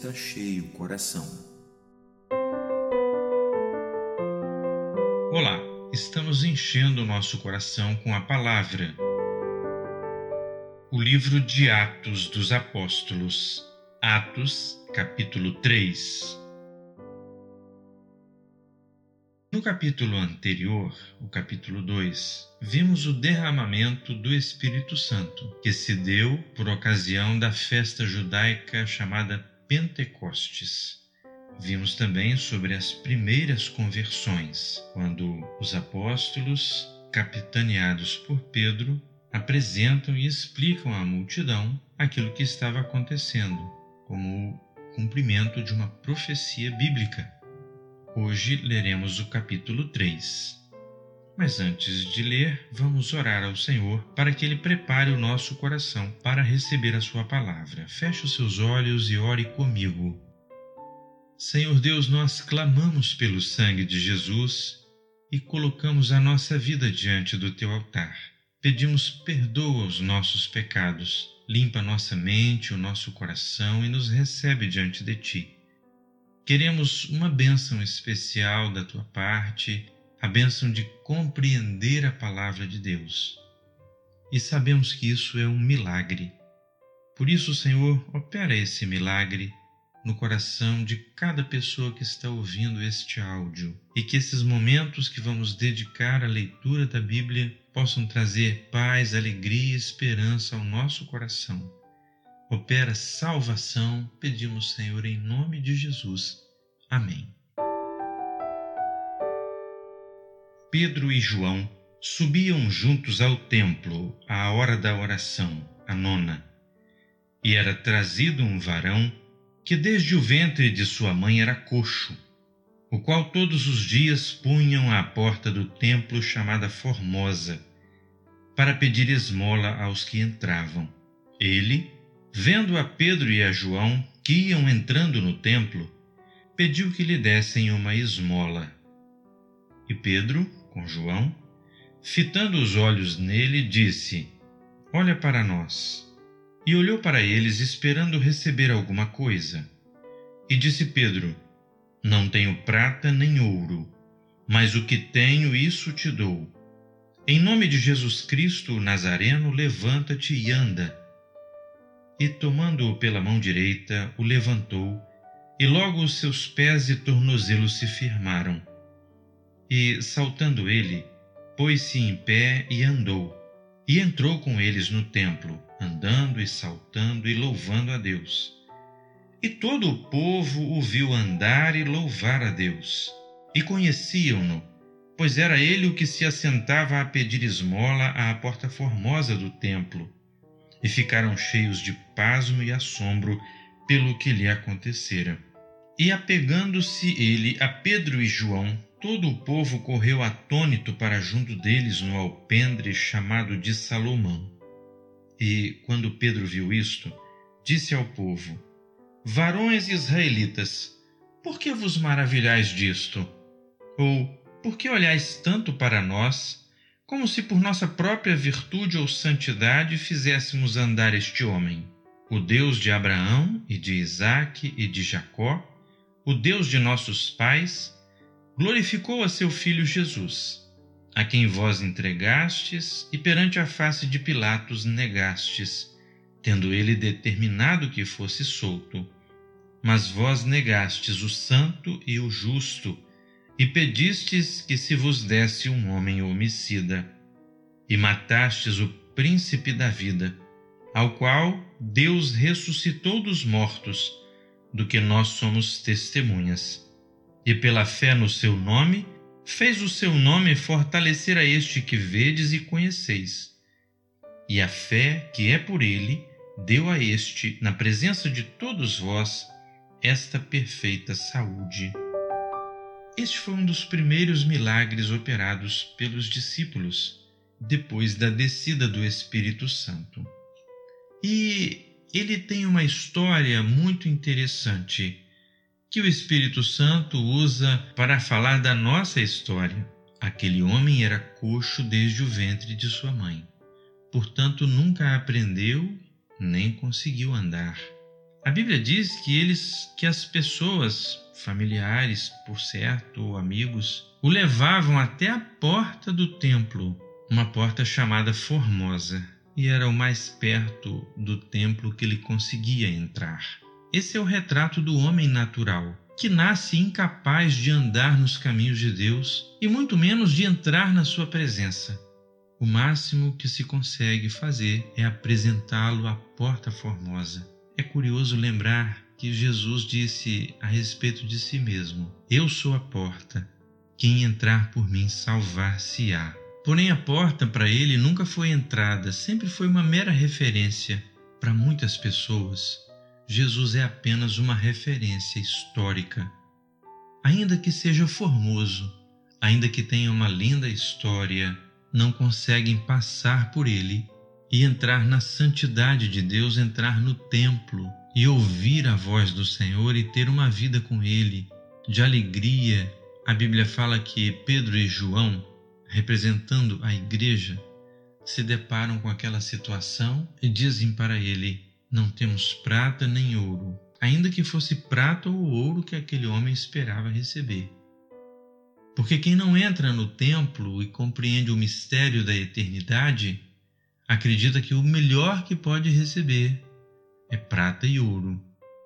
está cheio o coração. Olá, estamos enchendo o nosso coração com a palavra. O livro de Atos dos Apóstolos, Atos, capítulo 3. No capítulo anterior, o capítulo 2, vimos o derramamento do Espírito Santo, que se deu por ocasião da festa judaica chamada Pentecostes. Vimos também sobre as primeiras conversões, quando os apóstolos, capitaneados por Pedro, apresentam e explicam à multidão aquilo que estava acontecendo, como o cumprimento de uma profecia bíblica. Hoje leremos o capítulo 3. Mas antes de ler, vamos orar ao Senhor para que Ele prepare o nosso coração para receber a sua palavra. Feche os seus olhos e ore comigo. Senhor Deus, nós clamamos pelo sangue de Jesus e colocamos a nossa vida diante do Teu altar. Pedimos perdoa os nossos pecados, limpa nossa mente, o nosso coração e nos recebe diante de Ti. Queremos uma bênção especial da Tua parte, a bênção de compreender a palavra de Deus. E sabemos que isso é um milagre. Por isso, Senhor, opera esse milagre no coração de cada pessoa que está ouvindo este áudio e que esses momentos que vamos dedicar à leitura da Bíblia possam trazer paz, alegria e esperança ao nosso coração. Opera salvação, pedimos, Senhor, em nome de Jesus. Amém. Pedro e João subiam juntos ao templo à hora da oração, a 9ª, e era trazido um varão que desde o ventre de sua mãe era coxo, o qual todos os dias punham à porta do templo chamada Formosa, para pedir esmola aos que entravam. Ele, vendo a Pedro e a João, que iam entrando no templo, pediu que lhe dessem uma esmola. E Pedro, com João, fitando os olhos nele, disse: Olha para nós. E olhou para eles, esperando receber alguma coisa. E disse Pedro: Não tenho prata nem ouro, mas o que tenho, isso te dou. Em nome de Jesus Cristo, o Nazareno, levanta-te e anda. E tomando-o pela mão direita, o levantou, e logo os seus pés e tornozelos se firmaram. E, saltando ele, pôs-se em pé e andou, e entrou com eles no templo, andando e saltando e louvando a Deus. E todo o povo o viu andar e louvar a Deus, e conheciam-no, pois era ele o que se assentava a pedir esmola à porta formosa do templo, e ficaram cheios de pasmo e assombro pelo que lhe acontecera. E apegando-se ele a Pedro e João, todo o povo correu atônito para junto deles no alpendre chamado de Salomão. E, quando Pedro viu isto, disse ao povo: Varões israelitas, por que vos maravilhais disto? Ou, por que olhais tanto para nós, como se por nossa própria virtude ou santidade fizéssemos andar este homem? O Deus de Abraão e de Isaque e de Jacó, o Deus de nossos pais, glorificou a seu Filho Jesus, a quem vós entregastes e perante a face de Pilatos negastes, tendo ele determinado que fosse solto. Mas vós negastes o santo e o justo, e pedistes que se vos desse um homem homicida, e matastes o príncipe da vida, ao qual Deus ressuscitou dos mortos, do que nós somos testemunhas. E pela fé no seu nome, fez o seu nome fortalecer a este que vedes e conheceis. E a fé que é por ele, deu a este, na presença de todos vós, esta perfeita saúde. Este foi um dos primeiros milagres operados pelos discípulos, depois da descida do Espírito Santo. E ele tem uma história muito interessante, que o Espírito Santo usa para falar da nossa história. Aquele homem era coxo desde o ventre de sua mãe, portanto nunca aprendeu nem conseguiu andar. A Bíblia diz que as pessoas, familiares, por certo, ou amigos, o levavam até a porta do templo, uma porta chamada Formosa, e era o mais perto do templo que ele conseguia entrar. Esse é o retrato do homem natural, que nasce incapaz de andar nos caminhos de Deus e muito menos de entrar na sua presença. O máximo que se consegue fazer é apresentá-lo à porta formosa. É curioso lembrar que Jesus disse a respeito de si mesmo: Eu sou a porta, quem entrar por mim salvar-se-á. Porém, a porta para ele nunca foi entrada, sempre foi uma mera referência. Para muitas pessoas, Jesus é apenas uma referência histórica. Ainda que seja formoso, ainda que tenha uma linda história, não conseguem passar por ele e entrar na santidade de Deus, entrar no templo e ouvir a voz do Senhor e ter uma vida com ele, de alegria. A Bíblia fala que Pedro e João, representando a igreja, se deparam com aquela situação e dizem para ele: não temos prata nem ouro, ainda que fosse prata ou ouro que aquele homem esperava receber. Porque quem não entra no templo e compreende o mistério da eternidade, acredita que o melhor que pode receber é prata e ouro.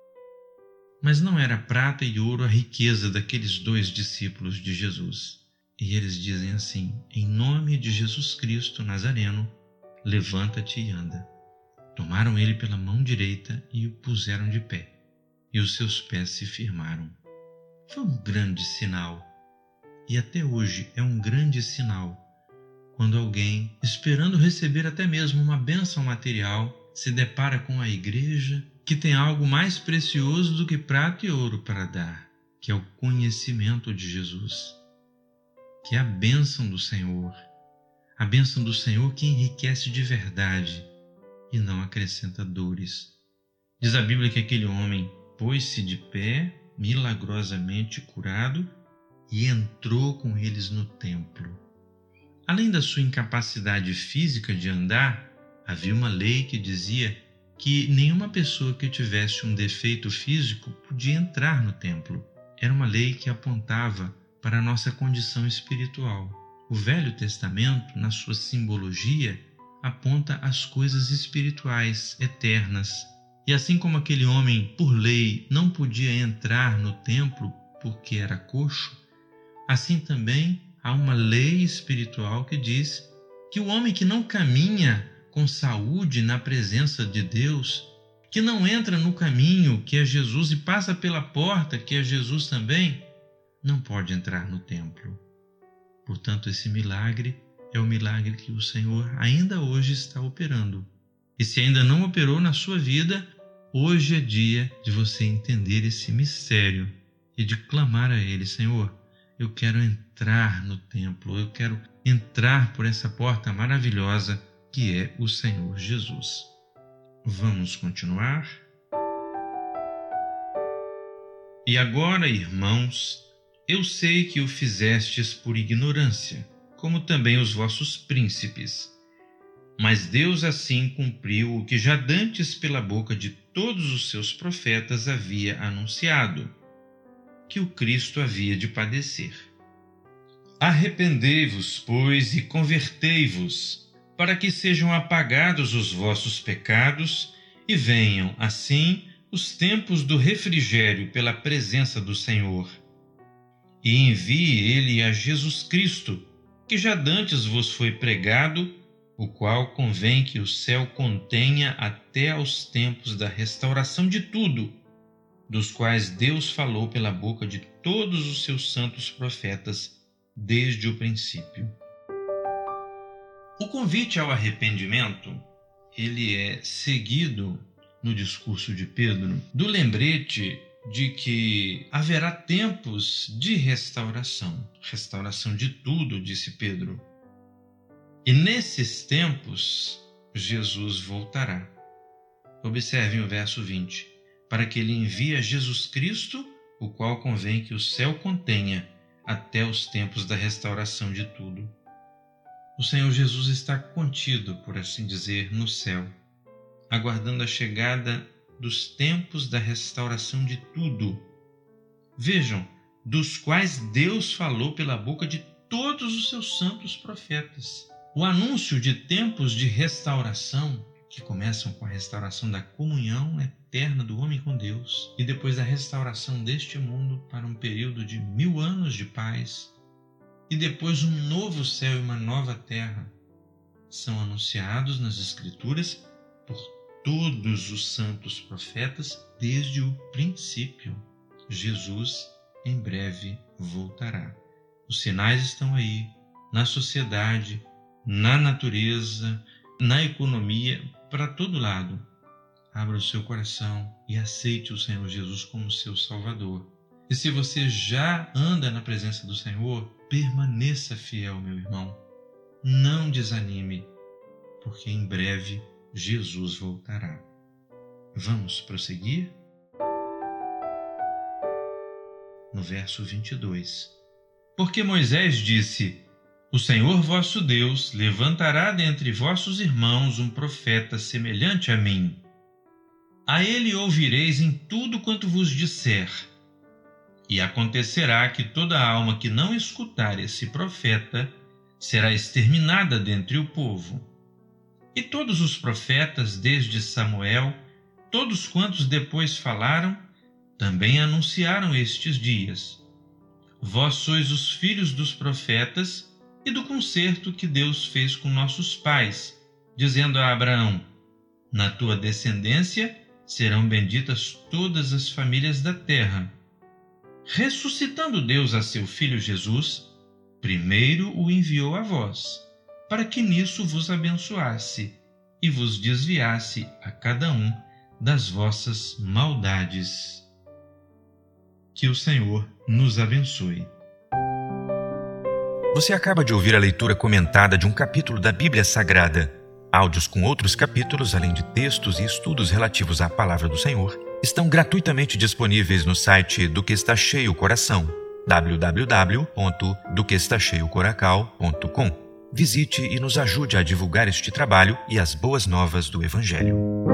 Mas não era prata e ouro a riqueza daqueles dois discípulos de Jesus. E eles dizem assim: em nome de Jesus Cristo Nazareno, levanta-te e anda. Tomaram ele pela mão direita e o puseram de pé, e os seus pés se firmaram. Foi um grande sinal, e até hoje é um grande sinal, quando alguém, esperando receber até mesmo uma bênção material, se depara com a igreja, que tem algo mais precioso do que prata e ouro para dar, que é o conhecimento de Jesus, que é a bênção do Senhor, a bênção do Senhor que enriquece de verdade e não acrescenta dores. Diz a Bíblia que aquele homem pôs-se de pé, milagrosamente curado, e entrou com eles no templo. Além da sua incapacidade física de andar, havia uma lei que dizia que nenhuma pessoa que tivesse um defeito físico podia entrar no templo. Era uma lei que apontava para a nossa condição espiritual. O Velho Testamento, na sua simbologia, aponta as coisas espirituais, eternas. E assim como aquele homem, por lei, não podia entrar no templo porque era coxo, assim também há uma lei espiritual que diz que o homem que não caminha com saúde na presença de Deus, que não entra no caminho que é Jesus e passa pela porta que é Jesus também, não pode entrar no templo. Portanto, esse milagre é o milagre que o Senhor ainda hoje está operando. E se ainda não operou na sua vida, hoje é dia de você entender esse mistério e de clamar a Ele: Senhor, eu quero entrar no templo, eu quero entrar por essa porta maravilhosa que é o Senhor Jesus. Vamos continuar? E agora, irmãos, eu sei que o fizestes por ignorância, como também os vossos príncipes. Mas Deus assim cumpriu o que já dantes pela boca de todos os seus profetas havia anunciado, que o Cristo havia de padecer. Arrependei-vos, pois, e convertei-vos, para que sejam apagados os vossos pecados e venham, assim, os tempos do refrigério pela presença do Senhor. E envie Ele a Jesus Cristo, que já dantes vos foi pregado, o qual convém que o céu contenha até aos tempos da restauração de tudo, dos quais Deus falou pela boca de todos os seus santos profetas desde o princípio. O convite ao arrependimento, ele é seguido no discurso de Pedro do lembrete de que haverá tempos de restauração de tudo, disse Pedro. E nesses tempos, Jesus voltará. Observem o verso 20. Para que ele envie a Jesus Cristo, o qual convém que o céu contenha até os tempos da restauração de tudo. O Senhor Jesus está contido, por assim dizer, no céu, aguardando a chegada dos tempos da restauração de tudo. Vejam, dos quais Deus falou pela boca de todos os seus santos profetas. O anúncio de tempos de restauração, que começam com a restauração da comunhão eterna do homem com Deus, e depois a restauração deste mundo para um período de 1000 anos de paz, e depois um novo céu e uma nova terra, são anunciados nas Escrituras por todos os santos profetas desde o princípio. Jesus em breve voltará. Os sinais estão aí, na sociedade, na natureza, na economia, para todo lado. Abra o seu coração e aceite o Senhor Jesus como seu Salvador. E se você já anda na presença do Senhor, permaneça fiel, meu irmão. Não desanime, porque em breve Jesus voltará. Vamos prosseguir? No verso 22. Porque Moisés disse: O Senhor vosso Deus levantará dentre vossos irmãos um profeta semelhante a mim. A ele ouvireis em tudo quanto vos disser. E acontecerá que toda alma que não escutar esse profeta será exterminada dentre o povo. E todos os profetas, desde Samuel, todos quantos depois falaram, também anunciaram estes dias. Vós sois os filhos dos profetas e do concerto que Deus fez com nossos pais, dizendo a Abraão: Na tua descendência serão benditas todas as famílias da terra. Ressuscitando Deus a seu Filho Jesus, primeiro o enviou a vós, para que nisso vos abençoasse e vos desviasse a cada um das vossas maldades. Que o Senhor nos abençoe. Você acaba de ouvir a leitura comentada de um capítulo da Bíblia Sagrada. Áudios com outros capítulos, além de textos e estudos relativos à Palavra do Senhor, estão gratuitamente disponíveis no site Do Que Está Cheio o Coração, www.doquestacheiocoracal.com. Visite e nos ajude a divulgar este trabalho e as boas novas do Evangelho.